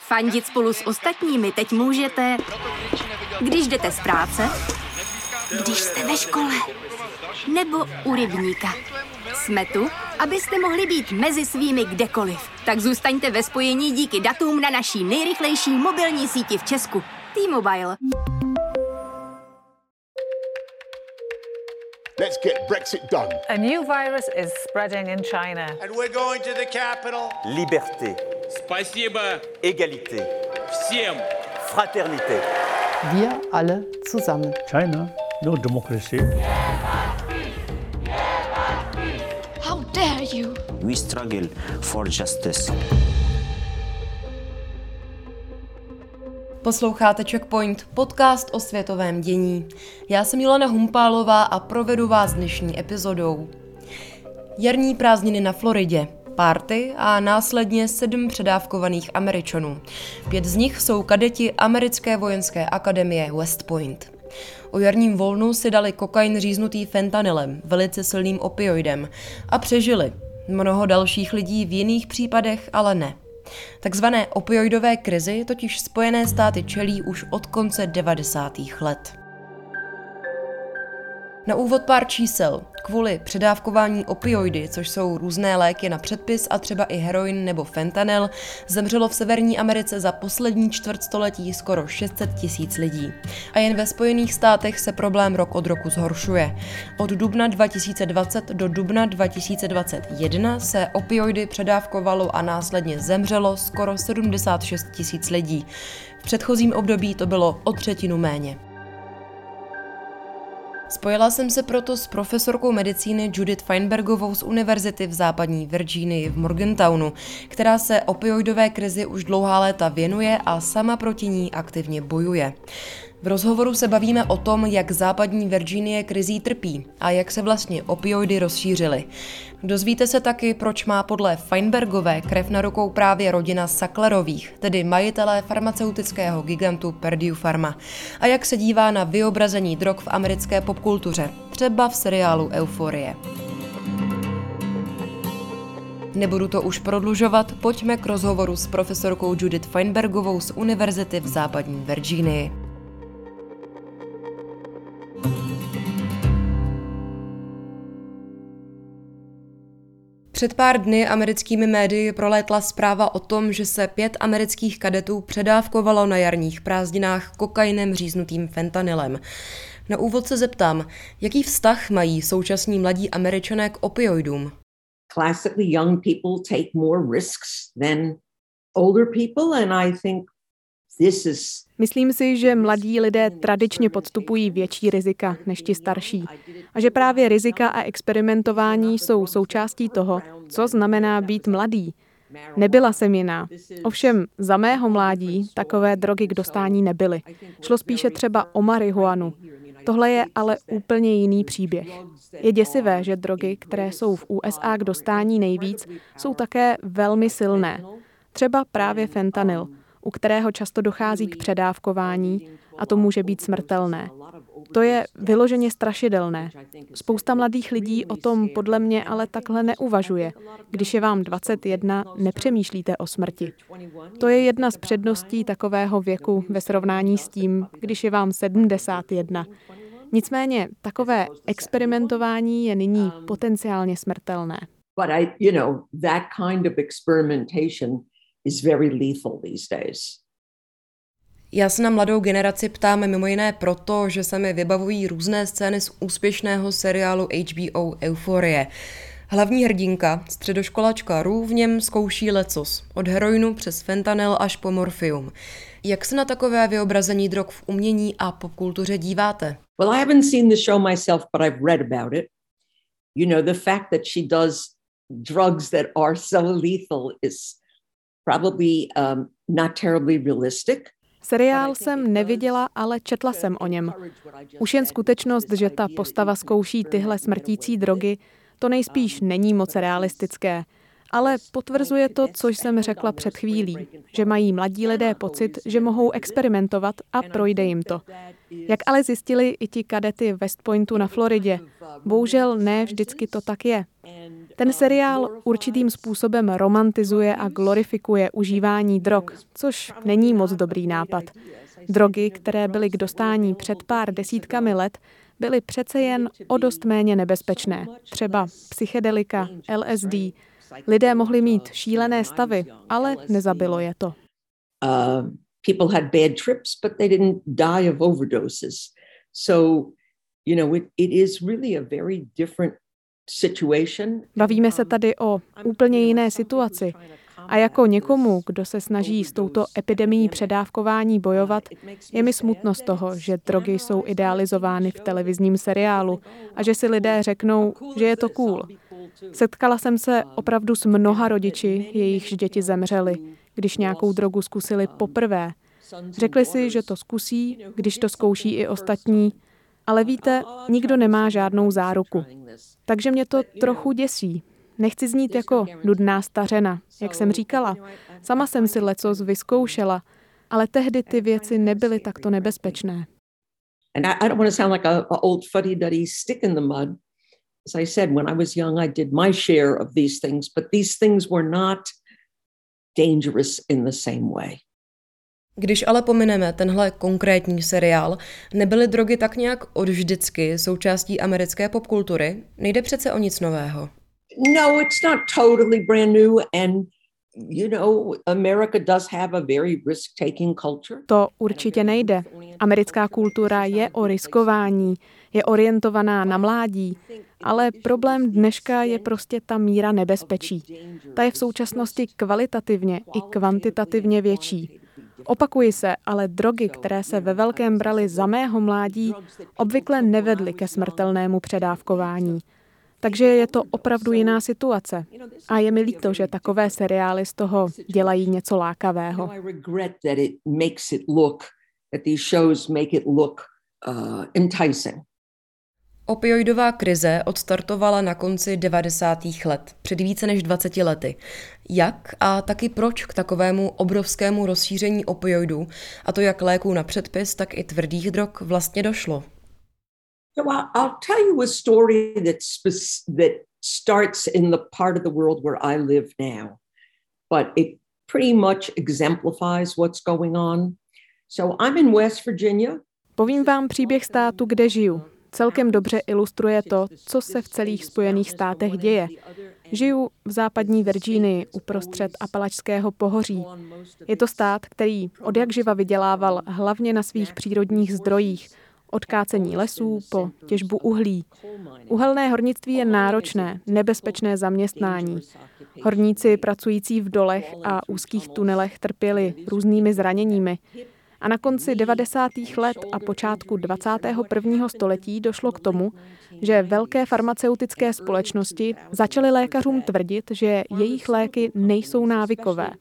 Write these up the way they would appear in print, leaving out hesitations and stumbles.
Fandit spolu s ostatními teď můžete, když jdete z práce, když jste ve škole, nebo u rybníka. Jsme tu, abyste mohli být mezi svými kdekoliv. Tak zůstaňte ve spojení díky datům na naší nejrychlejší mobilní síti v Česku. T-Mobile. Let's get Brexit done. A new virus is spreading in China. And we're going to the capital. Liberté. Спасибо. Égalité. Всем. Fraternité. Wir alle zusammen. China, no democracy. How dare you? We struggle for justice. Posloucháte Checkpoint, podcast o světovém dění. Já jsem Milena Humpálová a provedu vás dnešní epizodou. Jarní prázdniny na Floridě, party a následně 7 předávkovaných Američanů. 5 z nich jsou kadeti americké vojenské akademie West Point. O jarním volnu si dali kokain říznutý fentanylem, velice silným opioidem, a přežili. Mnoho dalších lidí v jiných případech ale ne. Takzvané opioidové krizi totiž Spojené státy čelí už od konce 90. let. Na úvod pár čísel. Kvůli předávkování opioidy, což jsou různé léky na předpis a třeba i heroin nebo fentanyl, zemřelo v Severní Americe za poslední čtvrtstoletí skoro 600 000 lidí. A jen ve Spojených státech se problém rok od roku zhoršuje. Od dubna 2020 do dubna 2021 se opioidy předávkovalo a následně zemřelo skoro 76 000 lidí. V předchozím období to bylo o 1/3 méně. Spojila jsem se proto s profesorkou medicíny Judith Feinbergovou z Univerzity v západní Virginii v Morgantownu, která se opioidové krizi už dlouhá léta věnuje a sama proti ní aktivně bojuje. V rozhovoru se bavíme o tom, jak západní Virginie krizí trpí a jak se vlastně opioidy rozšířily. Dozvíte se taky, proč má podle Feinbergové krev na rukou právě rodina Sacklerových, tedy majitelé farmaceutického gigantu Purdue Pharma, a jak se dívá na vyobrazení drog v americké popkultuře, třeba v seriálu Euforie. Nebudu to už prodlužovat, pojďme k rozhovoru s profesorkou Judith Feinbergovou z Univerzity v západní Virginii. Před pár dny americkými médii prolétla zpráva o tom, že se 5 amerických kadetů předávkovalo na jarních prázdninách kokainem říznutým fentanylem. Na úvod se zeptám, jaký vztah mají současní mladí Američané k opioidům? Classically, young people take more risks than older people, and I think this is. Myslím si, že mladí lidé tradičně podstupují větší rizika než ti starší a že právě rizika a experimentování jsou součástí toho, co znamená být mladý. Nebyla jsem jiná. Ovšem za mého mládí takové drogy k dostání nebyly. Šlo spíše třeba o marihuanu. Tohle je ale úplně jiný příběh. Je děsivé, že drogy, které jsou v USA k dostání nejvíc, jsou také velmi silné. Třeba právě fentanyl, u kterého často dochází k předávkování a to může být smrtelné. To je vyloženě strašidelné. Spousta mladých lidí o tom podle mě ale takhle neuvažuje. Když je vám 21, nepřemýšlíte o smrti. To je jedna z předností takového věku ve srovnání s tím, když je vám 71. Nicméně takové experimentování je nyní potenciálně smrtelné. That kind of experimentation is very lethal these days. Já se na mladou generaci ptáme mimo jiné proto, že se mi vybavují různé scény z úspěšného seriálu HBO Euforie. Hlavní hrdinka, středoškolačka Rue, v něm zkouší lecos, od heroinu přes fentanyl až po morfium. Jak se na takové vyobrazení drog v umění a popkultuře díváte? Well, I haven't seen the show myself, but I've read about it. The fact that she does drugs that are so lethal is probably not terribly realistic. Seriál jsem neviděla, ale četla jsem o něm. Už jen skutečnost, že ta postava zkouší tyhle smrtící drogy, to nejspíš není moc realistické. Ale potvrzuje to, co jsem řekla před chvílí, že mají mladí lidé pocit, že mohou experimentovat a projde jim to. Jak ale zjistili i ti kadety West Pointu na Floridě, bohužel ne vždycky to tak je. Ten seriál určitým způsobem romantizuje a glorifikuje užívání drog, což není moc dobrý nápad. Drogy, které byly k dostání před pár desítkami let, byly přece jen o dost méně nebezpečné. Třeba psychedelika, LSD. Lidé mohli mít šílené stavy, ale nezabilo je to. People had bad trips, but they didn't die of overdoses. So, it is really a very different situation. Bavíme se tady o úplně jiné situaci. A jako někomu, kdo se snaží s touto epidemií předávkování bojovat, je mi smutno z toho, že drogy jsou idealizovány v televizním seriálu a že si lidé řeknou, že je to cool. Setkala jsem se opravdu s mnoha rodiči, jejichž děti zemřely, když nějakou drogu zkusili poprvé. Řekli si, že to zkusí, když to zkouší i ostatní, ale víte, nikdo nemá žádnou záruku. Takže mě to trochu děsí. Nechci znít jako nudná stařena, jak jsem říkala. Sama jsem si lecos vyzkoušela, ale tehdy ty věci nebyly takto nebezpečné. And I don't want to sound like a old fuddy-duddy stick in the mud. As I said, when I was young, I did my share of these things, but these things were not dangerous in the same way. Když ale pomineme tenhle konkrétní seriál, nebyly drogy tak nějak od vždycky součástí americké popkultury? Nejde přece o nic nového. No, it's not totally brand new, and America does have a very risk-taking culture. To určitě nejde. Americká kultura je o riskování, je orientovaná na mládí, ale problém dneška je prostě ta míra nebezpečí. Ta je v současnosti kvalitativně i kvantitativně větší. Opakuji se, ale drogy, které se ve velkém braly za mého mládí, obvykle nevedly ke smrtelnému předávkování. Takže je to opravdu jiná situace. A je mi líto, že takové seriály z toho dělají něco lákavého. Opioidová krize odstartovala na konci 90. let, před více než 20 lety. Jak a taky proč k takovému obrovskému rozšíření opioidů, a to jak léků na předpis, tak i tvrdých drog, vlastně došlo? So I'll tell you a story that starts in the part of the world where I live now, but it pretty much exemplifies what's going on. So I'm in West Virginia. Povím vám příběh státu, kde žiju. Celkem dobře ilustruje to, co se v celých Spojených státech děje. Žiju v západní Virginii uprostřed Apalačského pohoří. Je to stát, který odjakživa vydělával hlavně na svých přírodních zdrojích, od kácení lesů po těžbu uhlí. Uhelné hornictví je náročné, nebezpečné zaměstnání. Horníci pracující v dolech a úzkých tunelech trpěli různými zraněními. A na konci 90. let a počátku 21. století došlo k tomu, že velké farmaceutické společnosti začaly lékařům tvrdit, že jejich léky nejsou návykové.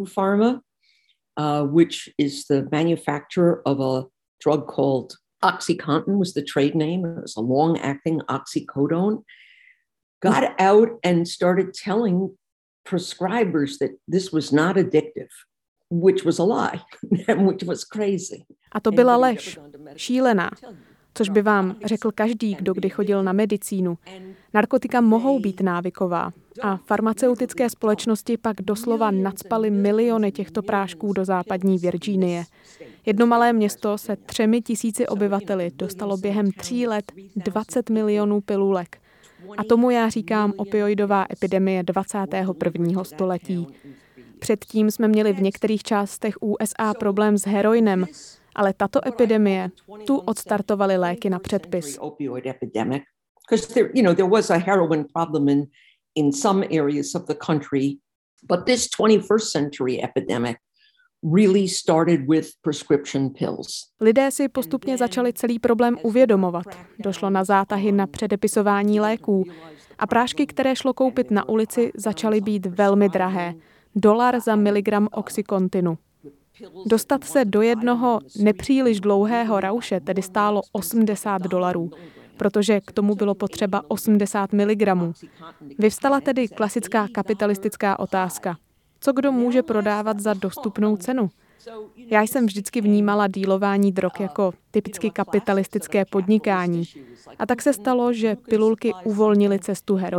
OxyContin was the trade name. It was a long-acting oxycodone. Got out and started telling prescribers that this was not addictive, which was a lie, which was crazy. A to byla lež, šílená, což by vám řekl každý, kdo kdy chodil na medicínu. Narkotika mohou být návyková a farmaceutické společnosti pak doslova nacpaly miliony těchto prášků do západní Virginie. Jedno malé město se 3 000 obyvateli dostalo během 3 let 20 milionů pilulek. A tomu já říkám opioidová epidemie 21. století. Předtím jsme měli v některých částech USA problém s heroinem, ale tato epidemie, tu odstartovaly léky na předpis. Because there was a heroin problem in some areas of the country, but this 21st century epidemic really started with prescription pills. Lidé si postupně začali celý problém uvědomovat. Došlo na zátahy na předepisování léků a prášky, které šlo koupit na ulici, začaly být velmi drahé. $1 za miligram oxycontinu. Dostat se do jednoho nepříliš dlouhého rauše tedy stálo $80, protože k tomu bylo potřeba 80 mg. Vyvstala tedy klasická kapitalistická otázka. Co kdo může prodávat za dostupnou cenu? Já jsem vždycky vnímala dílování drog jako typicky kapitalistické podnikání. A tak se stalo, že pilulky uvolnily cestu heroinu.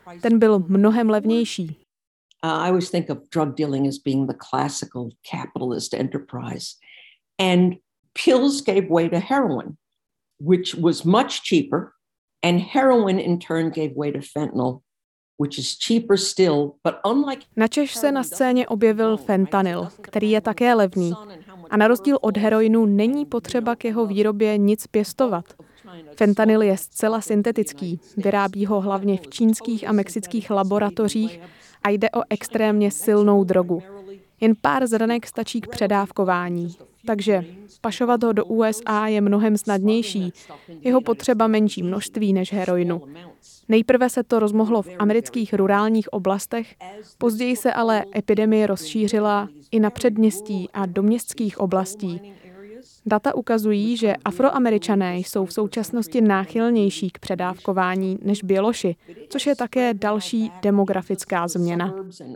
Ten byl mnohem levnější. I always think of drug dealing as being the classical capitalist enterprise. And pills gave way to heroin, which was much cheaper. And heroin in turn gave way to fentanyl, which is cheaper still, but unlike... Načež se na scéně objevil fentanyl, který je také levný. A na rozdíl od heroinu není potřeba k jeho výrobě nic pěstovat. Fentanyl je zcela syntetický, vyrábí ho hlavně v čínských a mexických laboratořích a jde o extrémně silnou drogu. Jen pár zrnek stačí k předávkování, takže pašovat ho do USA je mnohem snadnější, jeho potřeba menší množství než heroinu. Nejprve se to rozmohlo v amerických rurálních oblastech, později se ale epidemie rozšířila i na předměstí a do městských oblastí. Data ukazují, že Afroameričané jsou v současnosti náchylnější k předávkování než Běloši, což je také další demografická změna.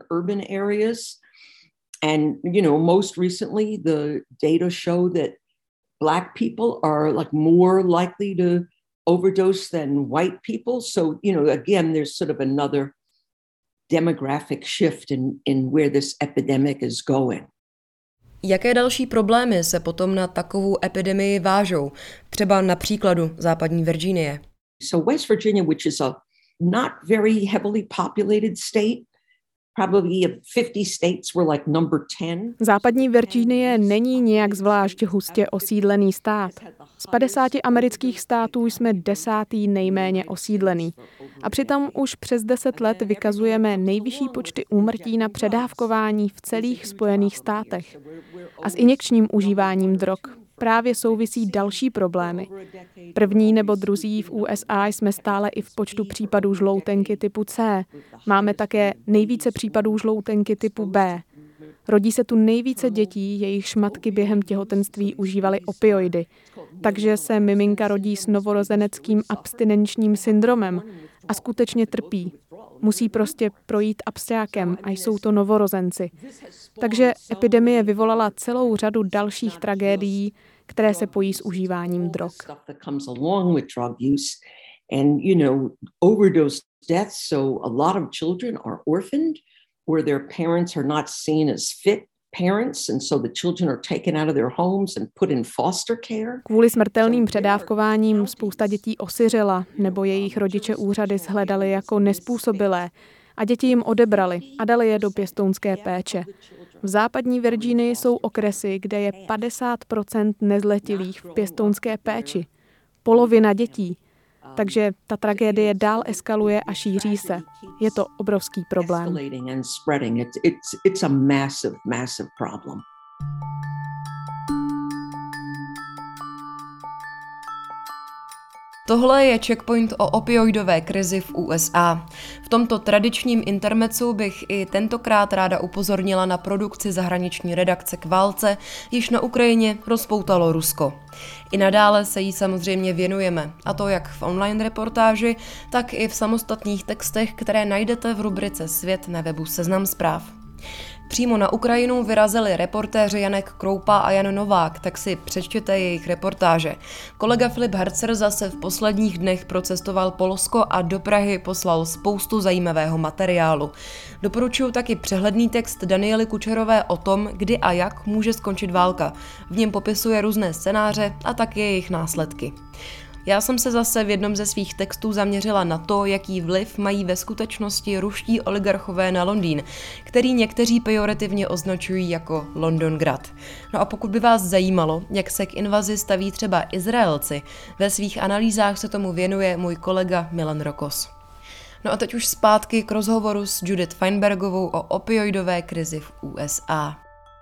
And, most recently the data show that Black people are like more likely to overdose than white people. So, again, there's sort of another demographic shift in where this epidemic is going. Jaké další problémy se potom na takovou epidemii vážou? Třeba na příkladu západní Virginie. So West Virginia, which is a not very heavily populated state, probably 50 states were like number 10. Západní Virginie není nějak zvlášť hustě osídlený stát. Z 50 amerických států jsme 10. nejméně osídlený. A přitom už přes 10 let vykazujeme nejvyšší počty úmrtí na předávkování v celých Spojených státech. A s injekčním užíváním drog právě souvisí další problémy. První nebo druzí v USA jsme stále i v počtu případů žloutenky typu C. Máme také nejvíce případů žloutenky typu B. Rodí se tu nejvíce dětí, jejichž matky během těhotenství užívaly opioidy. Takže se miminka rodí s novorozeneckým abstinenčním syndromem a skutečně trpí. Musí prostě projít absťákem a jsou to novorozenci. Takže epidemie vyvolala celou řadu dalších tragédií, které se pojí s užíváním drog. And, overdose deaths, so a lot of children are orphaned, where their parents are not seen as fit parents, and so the children are taken out of their homes and put in foster care. Kvůli smrtelným předávkováním spousta dětí osiřela, nebo jejich rodiče úřady shledali jako nezpůsobilé a děti jim odebrali a dali je do pěstounské péče. V západní Virginii jsou okresy, kde je 50% nezletilých v pěstounské péči. Polovina dětí. Takže ta tragédie dál eskaluje a šíří se. Je to obrovský problém. It's a massive, massive problem. Tohle je checkpoint o opioidové krizi v USA. V tomto tradičním intermezzu bych i tentokrát ráda upozornila na produkci zahraniční redakce K válce, již na Ukrajině rozpoutalo Rusko. I nadále se jí samozřejmě věnujeme, a to jak v online reportáži, tak i v samostatných textech, které najdete v rubrice Svět na webu Seznam Zpráv. Přímo na Ukrajinu vyrazili reportéři Janek Kroupa a Jan Novák, tak si přečtěte jejich reportáže. Kolega Filip Harcer zase v posledních dnech procestoval Polsko a do Prahy poslal spoustu zajímavého materiálu. Doporučuji taky přehledný text Daniely Kučerové o tom, kdy a jak může skončit válka. V něm popisuje různé scénáře a taky jejich následky. Já jsem se zase v jednom ze svých textů zaměřila na to, jaký vliv mají ve skutečnosti ruští oligarchové na Londýn, který někteří pejorativně označují jako Londongrad. No a pokud by vás zajímalo, jak se k invazi staví třeba Izraelci, ve svých analýzách se tomu věnuje můj kolega Milan Rokos. No a teď už zpátky k rozhovoru s Judith Feinbergovou o opioidové krizi v USA.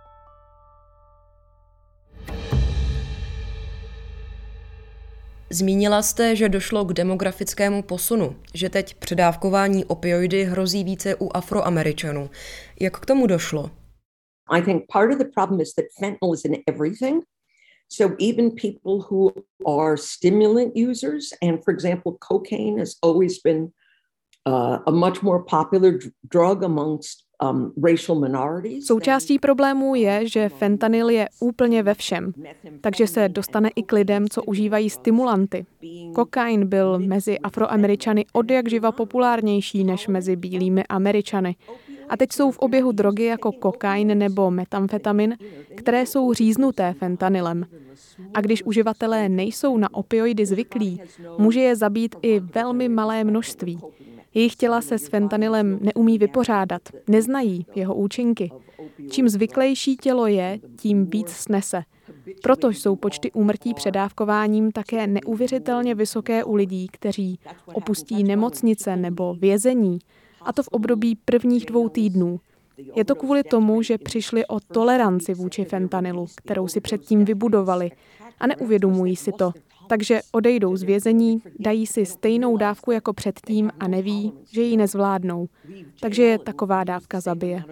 Zmínila jste, že došlo k demografickému posunu, že teď předávkování opioidy hrozí více u Afroameričanů. Jak k tomu došlo? I think part of the problem is that fentanyl is in everything. So even people who are stimulant users, and for example, cocaine has always been a much more popular drug amongst racial minorities. Součástí problému je, že fentanyl je úplně ve všem, takže se dostane i k lidem, co užívají stimulanty. Kokain byl mezi Afroameričany odjakživa populárnější než mezi bílými Američany. A teď jsou v oběhu drogy jako kokain nebo metamfetamin, které jsou říznuté fentanylem. A když uživatelé nejsou na opioidy zvyklí, může je zabít i velmi malé množství. Jejich těla se s fentanylem neumí vypořádat, neznají jeho účinky. Čím zvyklejší tělo je, tím víc snese. Proto jsou počty úmrtí předávkováním také neuvěřitelně vysoké u lidí, kteří opustí nemocnice nebo vězení, a to v období prvních 2 týdnů. Je to kvůli tomu, že přišli o toleranci vůči fentanylu, kterou si předtím vybudovali, a neuvědomují si to. Takže odejdou z vězení, dají si stejnou dávku jako předtím a neví, že ji nezvládnou. Takže je taková dávka zabije.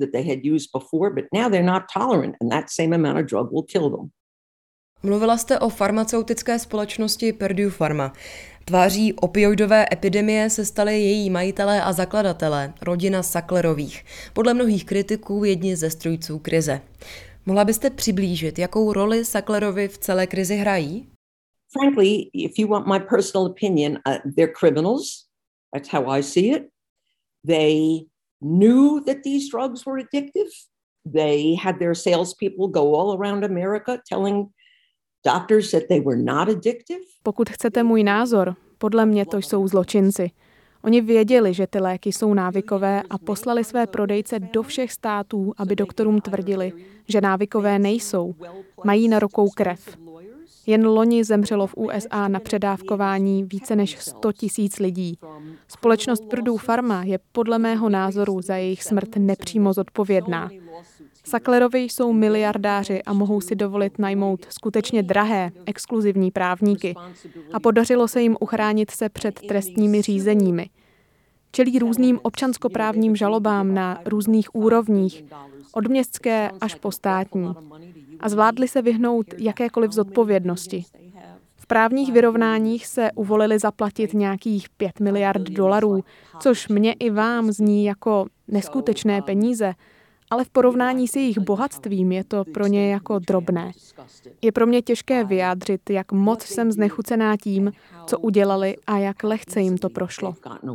Mluvila jste o farmaceutické společnosti Purdue Pharma. Tváří opioidové epidemie se stali její majitelé a zakladatelé, rodina Sacklerových. Podle mnohých kritiků jedni ze strůjců krize. Mohla byste přiblížit, jakou roli Sacklerovi v celé krizi hrají? Frankly, if you want my personal opinion, they're criminals. That's how I see it. They knew that these drugs were addictive. They had their salespeople go all around America telling doctors that they were not addictive. Pokud chcete můj názor, podle mě to jsou zločinci. Oni věděli, že ty léky jsou návykové a poslali své prodejce do všech států, aby doktorům tvrdili, že návykové nejsou. Mají na rukou krev. Jen loni zemřelo v USA na předávkování více než 100 000 lidí. Společnost Purdue Pharma je podle mého názoru za jejich smrt nepřímo zodpovědná. Sacklerovi jsou miliardáři a mohou si dovolit najmout skutečně drahé, exkluzivní právníky. A podařilo se jim uchránit se před trestními řízeními. Čelí různým občanskoprávním žalobám na různých úrovních, od městské až po státní. A zvládli se vyhnout jakékoliv zodpovědnosti. V právních vyrovnáních se uvolili zaplatit nějakých $5 miliard, což mě i vám zní jako neskutečné peníze, ale v porovnání s jejich bohatstvím je to pro ně jako drobné. Je pro mě těžké vyjádřit, jak moc jsem znechucená tím, co udělali a jak lehce jim to prošlo.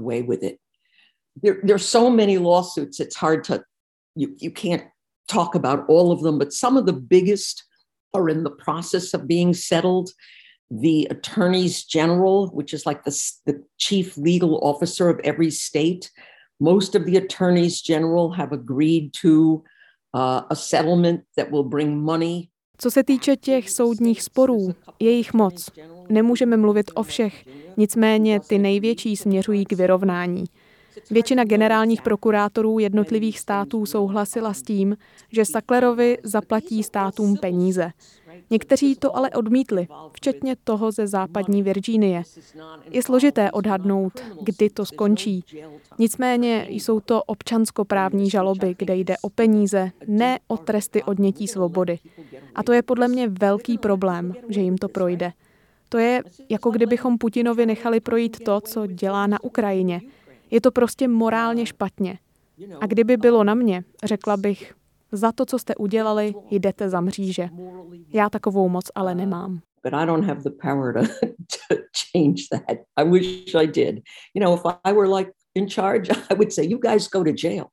There are so many lawsuits, it's hard to, you can't talk about all of them, but some of the biggest are in the process of being settled. The attorneys general, which is like the chief legal officer of every state, most of the attorneys general have agreed to a settlement that will bring money. Co se týče těch soudních sporů, je jich moc. Nemůžeme mluvit o všech, nicméně ty největší směřují k vyrovnání. Většina generálních prokurátorů jednotlivých států souhlasila s tím, že Sacklerovi zaplatí státům peníze. Někteří to ale odmítli, včetně toho ze západní Virginie. Je složité odhadnout, kdy to skončí. Nicméně jsou to občanskoprávní žaloby, kde jde o peníze, ne o tresty odnětí svobody. A to je podle mě velký problém, že jim to projde. To je, jako kdybychom Putinovi nechali projít to, co dělá na Ukrajině. Je to prostě morálně špatně. A kdyby bylo na mě, řekla bych, za to, co jste udělali, jdete za mříže. Já takovou moc ale nemám. But I don't have the power to change that. I wish I did. You know, if I were like in charge, I would say, you guys go to jail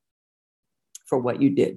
for what you did.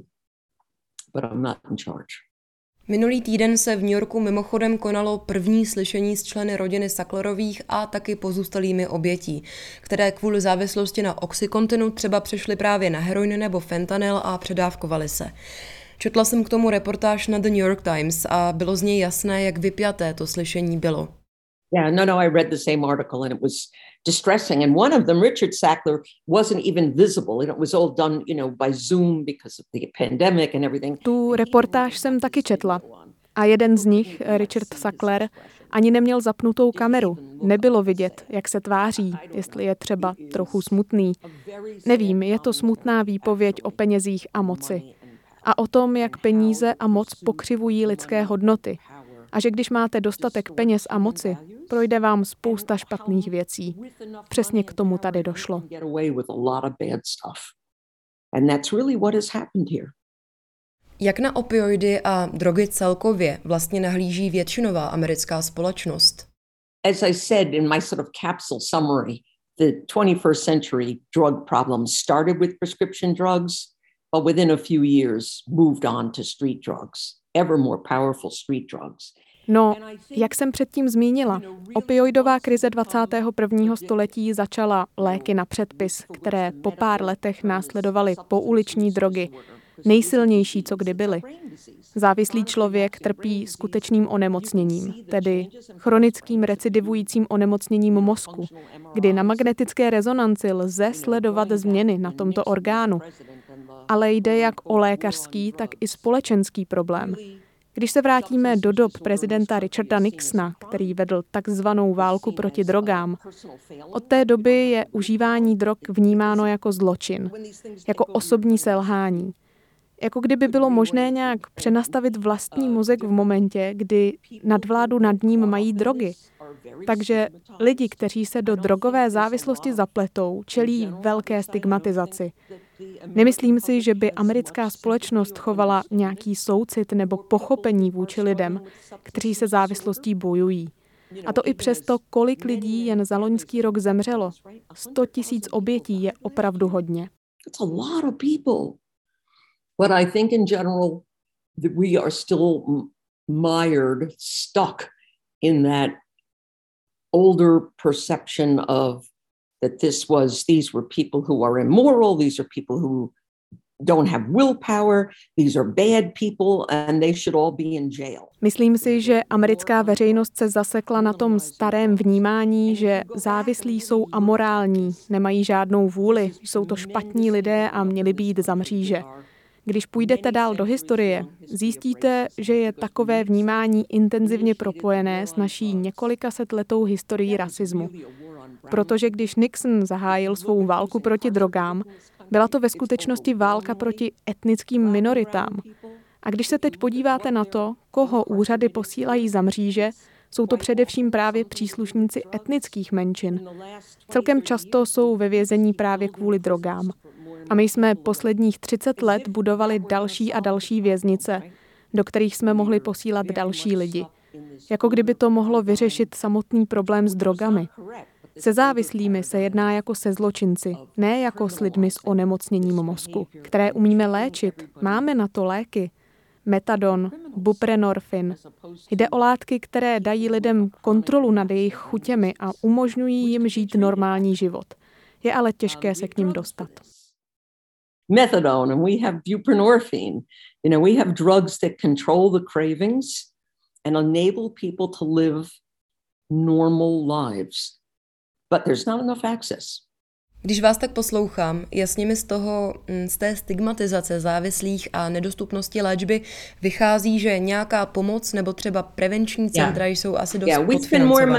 But I'm not in charge. Minulý týden se v New Yorku mimochodem konalo první slyšení s členy rodiny Sacklerových a taky pozůstalými obětí, které kvůli závislosti na Oxycontinu třeba přešly právě na heroin nebo fentanyl a předávkovali se. Četla jsem k tomu reportáž na The New York Times a bylo z něj jasné, jak vypjaté to slyšení bylo. Yeah, no, I read the same article and it was distressing. And one of them, Richard Sackler, wasn't even visible. And it was all done, you know, by Zoom because of the pandemic and everything. Tu reportáž jsem taky četla. A jeden z nich, Richard Sackler, ani neměl zapnutou kameru. Nebylo vidět, jak se tváří, jestli je třeba trochu smutný. Nevím, je to smutná výpověď o penězích a moci. A o tom, jak peníze a moc pokřivují lidské hodnoty. A že když máte dostatek peněz a moci, projde vám spousta špatných věcí. Přesně k tomu tady došlo. And that's really what has happened here. Jak na opioidy a drogy celkově vlastně nahlíží většinová americká společnost? As I said in my sort of capsule summary, the 21st century drug problem started with prescription drugs, but within a few years moved on to street drugs, ever more powerful street drugs. No, jak jsem předtím zmínila, opioidová krize 21. století začala léky na předpis, které po pár letech následovaly pouliční drogy, nejsilnější, co kdy byly. Závislý člověk trpí skutečným onemocněním, tedy chronickým recidivujícím onemocněním mozku, kdy na magnetické rezonanci lze sledovat změny na tomto orgánu. Ale jde jak o lékařský, tak i společenský problém. Když se vrátíme do dob prezidenta Richarda Nixona, který vedl takzvanou válku proti drogám, od té doby je užívání drog vnímáno jako zločin, jako osobní selhání. Jako kdyby bylo možné nějak přenastavit vlastní mozek v momentě, kdy nadvládu nad ním mají drogy. Takže lidi, kteří se do drogové závislosti zapletou, čelí velké stigmatizaci. Nemyslím si, že by americká společnost chovala nějaký soucit nebo pochopení vůči lidem, kteří se závislostí bojují. A to i přesto, kolik lidí jen za loňský rok zemřelo. 100 000 obětí je opravdu hodně. But I think in general that we are still mired, stuck in that older perception of that these were people who are immoral, these are people who don't have willpower, these are bad people and they should all be in jail. Myslím si, že americká veřejnost se zasekla na tom starém vnímání, že závislí jsou amorální, nemají žádnou vůli, jsou to špatní lidé a měli být za mříže. Když půjdete dál do historie, zjistíte, že je takové vnímání intenzivně propojené s naší několikasetletou historií rasismu. Protože když Nixon zahájil svou válku proti drogám, byla to ve skutečnosti válka proti etnickým minoritám. A když se teď podíváte na to, koho úřady posílají za mříže, jsou to především právě příslušníci etnických menšin. Celkem často jsou ve vězení právě kvůli drogám. A my jsme posledních 30 let budovali další a další věznice, do kterých jsme mohli posílat další lidi. Jako kdyby to mohlo vyřešit samotný problém s drogami. Se závislými se jedná jako se zločinci, ne jako s lidmi s onemocněním mozku, které umíme léčit. Máme na to léky. Metadon, buprenorfin. Jde o látky, které dají lidem kontrolu nad jejich chutěmi a umožňují jim žít normální život. Je ale těžké se k ním dostat. Methadone and we have buprenorphine. You know, we have drugs that control the cravings and enable people to live normal lives. But there's not enough access. Když vás tak poslouchám, jasně mi z té stigmatizace závislých a nedostupnosti léčby vychází, že nějaká pomoc nebo třeba prevenční centra jsou asi dost podfinancovaná,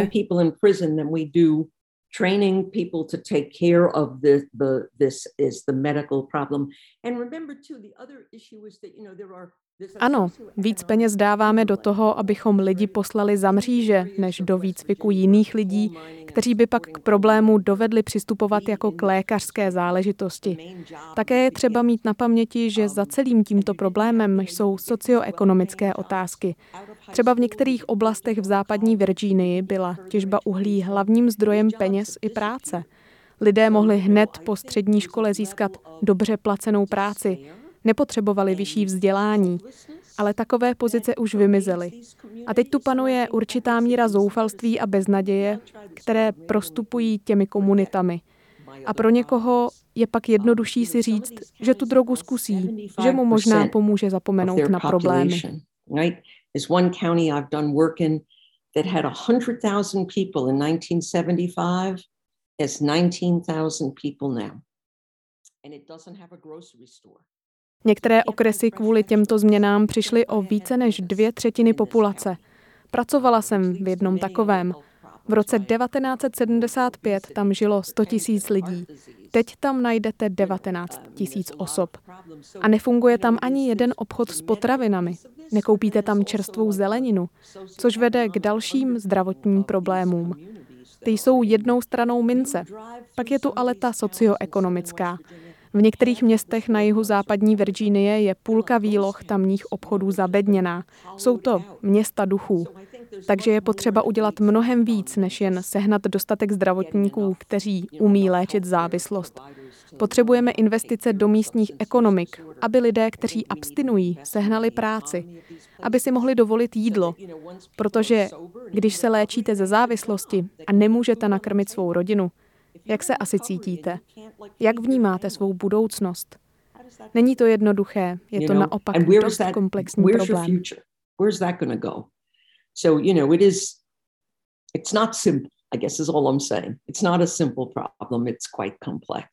že? Training people to take care of this medical problem. And remember too, the other issue is that, you know, there are Ano, víc peněz dáváme do toho, abychom lidi poslali za mříže, než do výcviku jiných lidí, kteří by pak k problému dovedli přistupovat jako k lékařské záležitosti. Také je třeba mít na paměti, že za celým tímto problémem jsou socioekonomické otázky. Třeba v některých oblastech v západní Virginii byla těžba uhlí hlavním zdrojem peněz i práce. Lidé mohli hned po střední škole získat dobře placenou práci, nepotřebovali vyšší vzdělání, ale takové pozice už vymizely. A teď tu panuje určitá míra zoufalství a beznaděje, které prostupují těmi komunitami. A pro někoho je pak jednodušší si říct, že tu drogu zkusí, že mu možná pomůže zapomenout na problémy. There's one county I've done work in that had 100,000 people in 1975. There's 19,000 people now. And it doesn't have a grocery store. Některé okresy kvůli těmto změnám přišly o více než 2/3 populace. Pracovala jsem v jednom takovém. V roce 1975 tam žilo 100 000 lidí. Teď tam najdete 19 000 osob. A nefunguje tam ani jeden obchod s potravinami. Nekoupíte tam čerstvou zeleninu, což vede k dalším zdravotním problémům. Ty jsou jednou stranou mince. Pak je tu ale ta socioekonomická. V některých městech na jihu západní Virginie je půlka výloh tamních obchodů zabedněná. Jsou to města duchů. Takže je potřeba udělat mnohem víc, než jen sehnat dostatek zdravotníků, kteří umí léčit závislost. Potřebujeme investice do místních ekonomik, aby lidé, kteří abstinují, sehnali práci, aby si mohli dovolit jídlo. Protože když se léčíte ze závislosti a nemůžete nakrmit svou rodinu, jak se asi cítíte? Jak vnímáte svou budoucnost? Není to jednoduché, je to naopak dost komplexní problém. So, it's not simple, I guess is all I'm saying. It's not a simple problem, it's quite complex.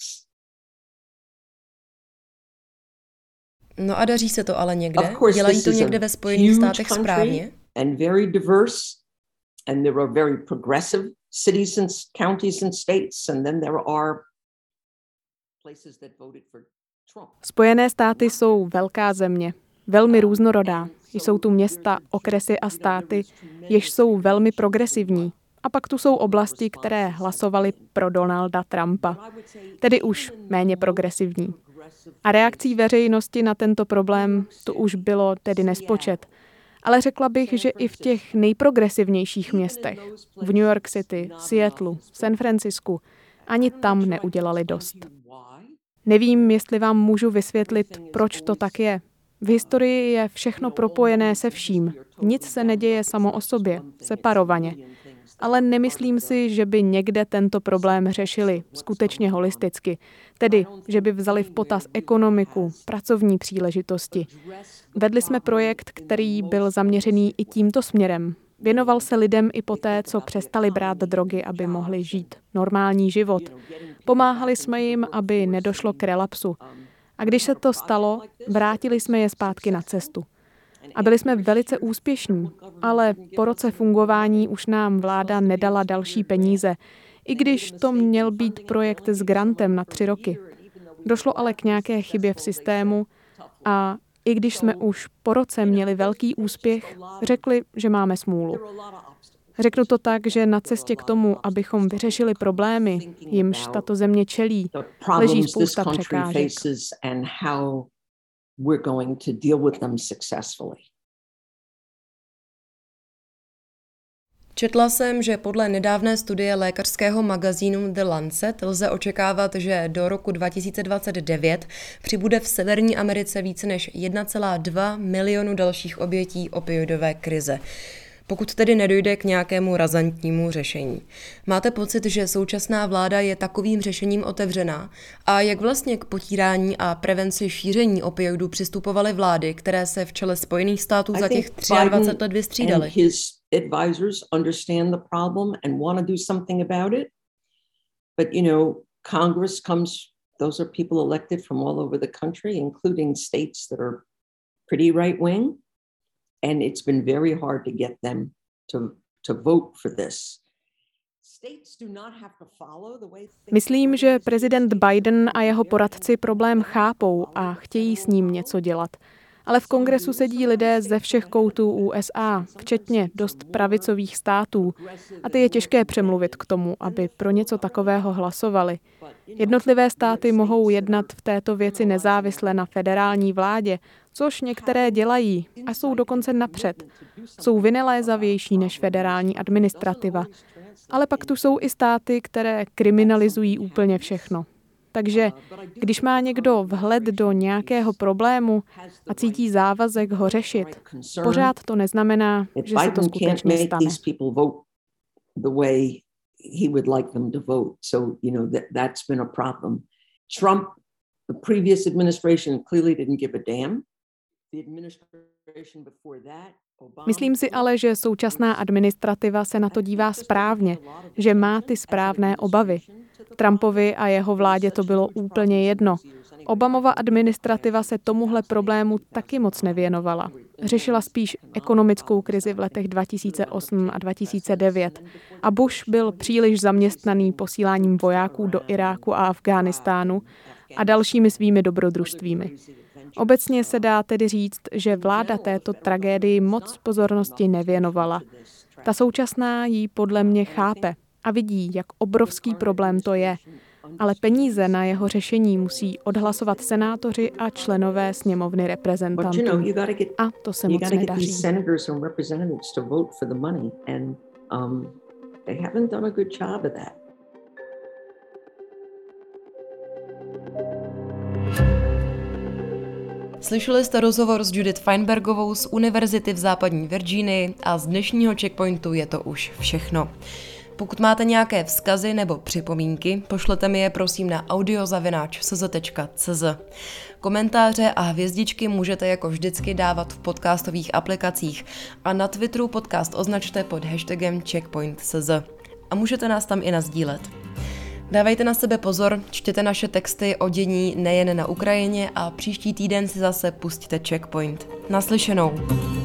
No a daří se to ale někde? Dělají to někde ve Spojených státech správně? And very diverse, and there are very progressive cities and counties and states, and then there are places that voted for Trump. Spojené státy jsou velká země, velmi různorodá. Jsou tu města, okresy a státy, jež jsou velmi progresivní. A pak tu jsou oblasti, které hlasovaly pro Donalda Trumpa, tedy už méně progresivní. A reakcí veřejnosti na tento problém tu už bylo tedy nespočet. Ale řekla bych, že i v těch nejprogresivnějších městech, v New York City, Seattlu, San Francisku, ani tam neudělali dost. Nevím, jestli vám můžu vysvětlit, proč to tak je. V historii je všechno propojené se vším. Nic se neděje samo o sobě, separovaně. Ale nemyslím si, že by někde tento problém řešili skutečně holisticky. Tedy, že by vzali v potaz ekonomiku, pracovní příležitosti. Vedli jsme projekt, který byl zaměřený i tímto směrem. Věnoval se lidem i poté, co přestali brát drogy, aby mohli žít normální život. Pomáhali jsme jim, aby nedošlo k relapsu. A když se to stalo, vrátili jsme je zpátky na cestu. A byli jsme velice úspěšní, ale po roce fungování už nám vláda nedala další peníze, i když to měl být projekt s grantem na 3 roky. Došlo ale k nějaké chybě v systému a i když jsme už po roce měli velký úspěch, řekli, že máme smůlu. Řeknu to tak, že na cestě k tomu, abychom vyřešili problémy, jimž tato země čelí, leží spousta překážek. Četla jsem, že podle nedávné studie lékařského magazínu The Lancet lze očekávat, že do roku 2029 přibude v Severní Americe více než 1,2 milionu dalších obětí opioidové krize. Pokud tedy nedojde k nějakému razantnímu řešení. Máte pocit, že současná vláda je takovým řešením otevřená? A jak vlastně k potírání a prevenci šíření opioidů přistupovaly vlády, které se v čele Spojených států za těch 23 let vystřídaly? Advisors understand the problem and want to do something about it. But, Congress comes, those are people elected from all over the country, including states that are pretty right-wing. And it's been very hard to get them to vote for this. Myslím, že prezident Biden a jeho poradci problém chápou a chtějí s ním něco dělat. Ale v kongresu sedí lidé ze všech koutů USA, včetně dost pravicových států. A ty je těžké přemluvit k tomu, aby pro něco takového hlasovali. Jednotlivé státy mohou jednat v této věci nezávisle na federální vládě, což některé dělají a jsou dokonce napřed. Jsou vynalézavější než federální administrativa. Ale pak tu jsou i státy, které kriminalizují úplně všechno. Takže když má někdo vhled do nějakého problému a cítí závazek ho řešit, pořád to neznamená, že se to skutečně stane. Trump, the previous administration clearly didn't give a damn. Myslím si ale, že současná administrativa se na to dívá správně, že má ty správné obavy. Trumpovi a jeho vládě to bylo úplně jedno. Obamova administrativa se tomuhle problému taky moc nevěnovala. Řešila spíš ekonomickou krizi v letech 2008 a 2009. A Bush byl příliš zaměstnaný posíláním vojáků do Iráku a Afghánistánu a dalšími svými dobrodružstvími. Obecně se dá tedy říct, že vláda této tragédii moc pozornosti nevěnovala. Ta současná ji podle mě chápe a vidí, jak obrovský problém to je. ale peníze na jeho řešení musí odhlasovat senátoři a členové sněmovny reprezentantů. A to se moc nedaří. Slyšeli jste rozhovor s Judith Feinbergovou z Univerzity v západní Virginii a z dnešního Checkpointu je to už všechno. Pokud máte nějaké vzkazy nebo připomínky, pošlete mi je prosím na audio@cz.cz. Komentáře a hvězdičky můžete jako vždycky dávat v podcastových aplikacích a na Twitteru podcast označte pod hashtagem checkpoint.cz. A můžete nás tam i nasdílet. Dávejte na sebe pozor, čtěte naše texty o dění nejen na Ukrajině a příští týden si zase pustíte Checkpoint. Naslyšenou.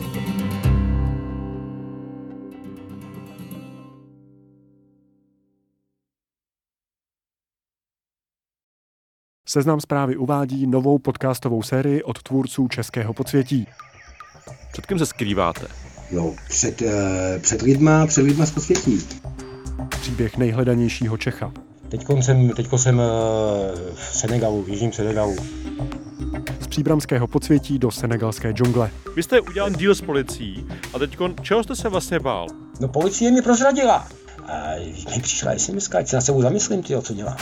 Seznam Zprávy uvádí novou podcastovou sérii od tvůrců Českého podsvětí. Před kým se skrýváte? No, před lidma z podsvětí. Příběh nejhledanějšího Čecha. Teďko jsem v Senegalu, v jižním Senegalu. Z příbramského podsvětí do senegalské džungle. Vy jste udělal deal s policií a teďko, čeho jste se vlastně bál? No, policie mi prozradila. A mi přišla SMS, ať se na sebou zamyslím, co dělám.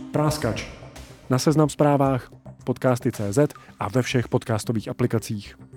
Práskač. Na Seznam Zprávách, podcasty.cz a ve všech podcastových aplikacích.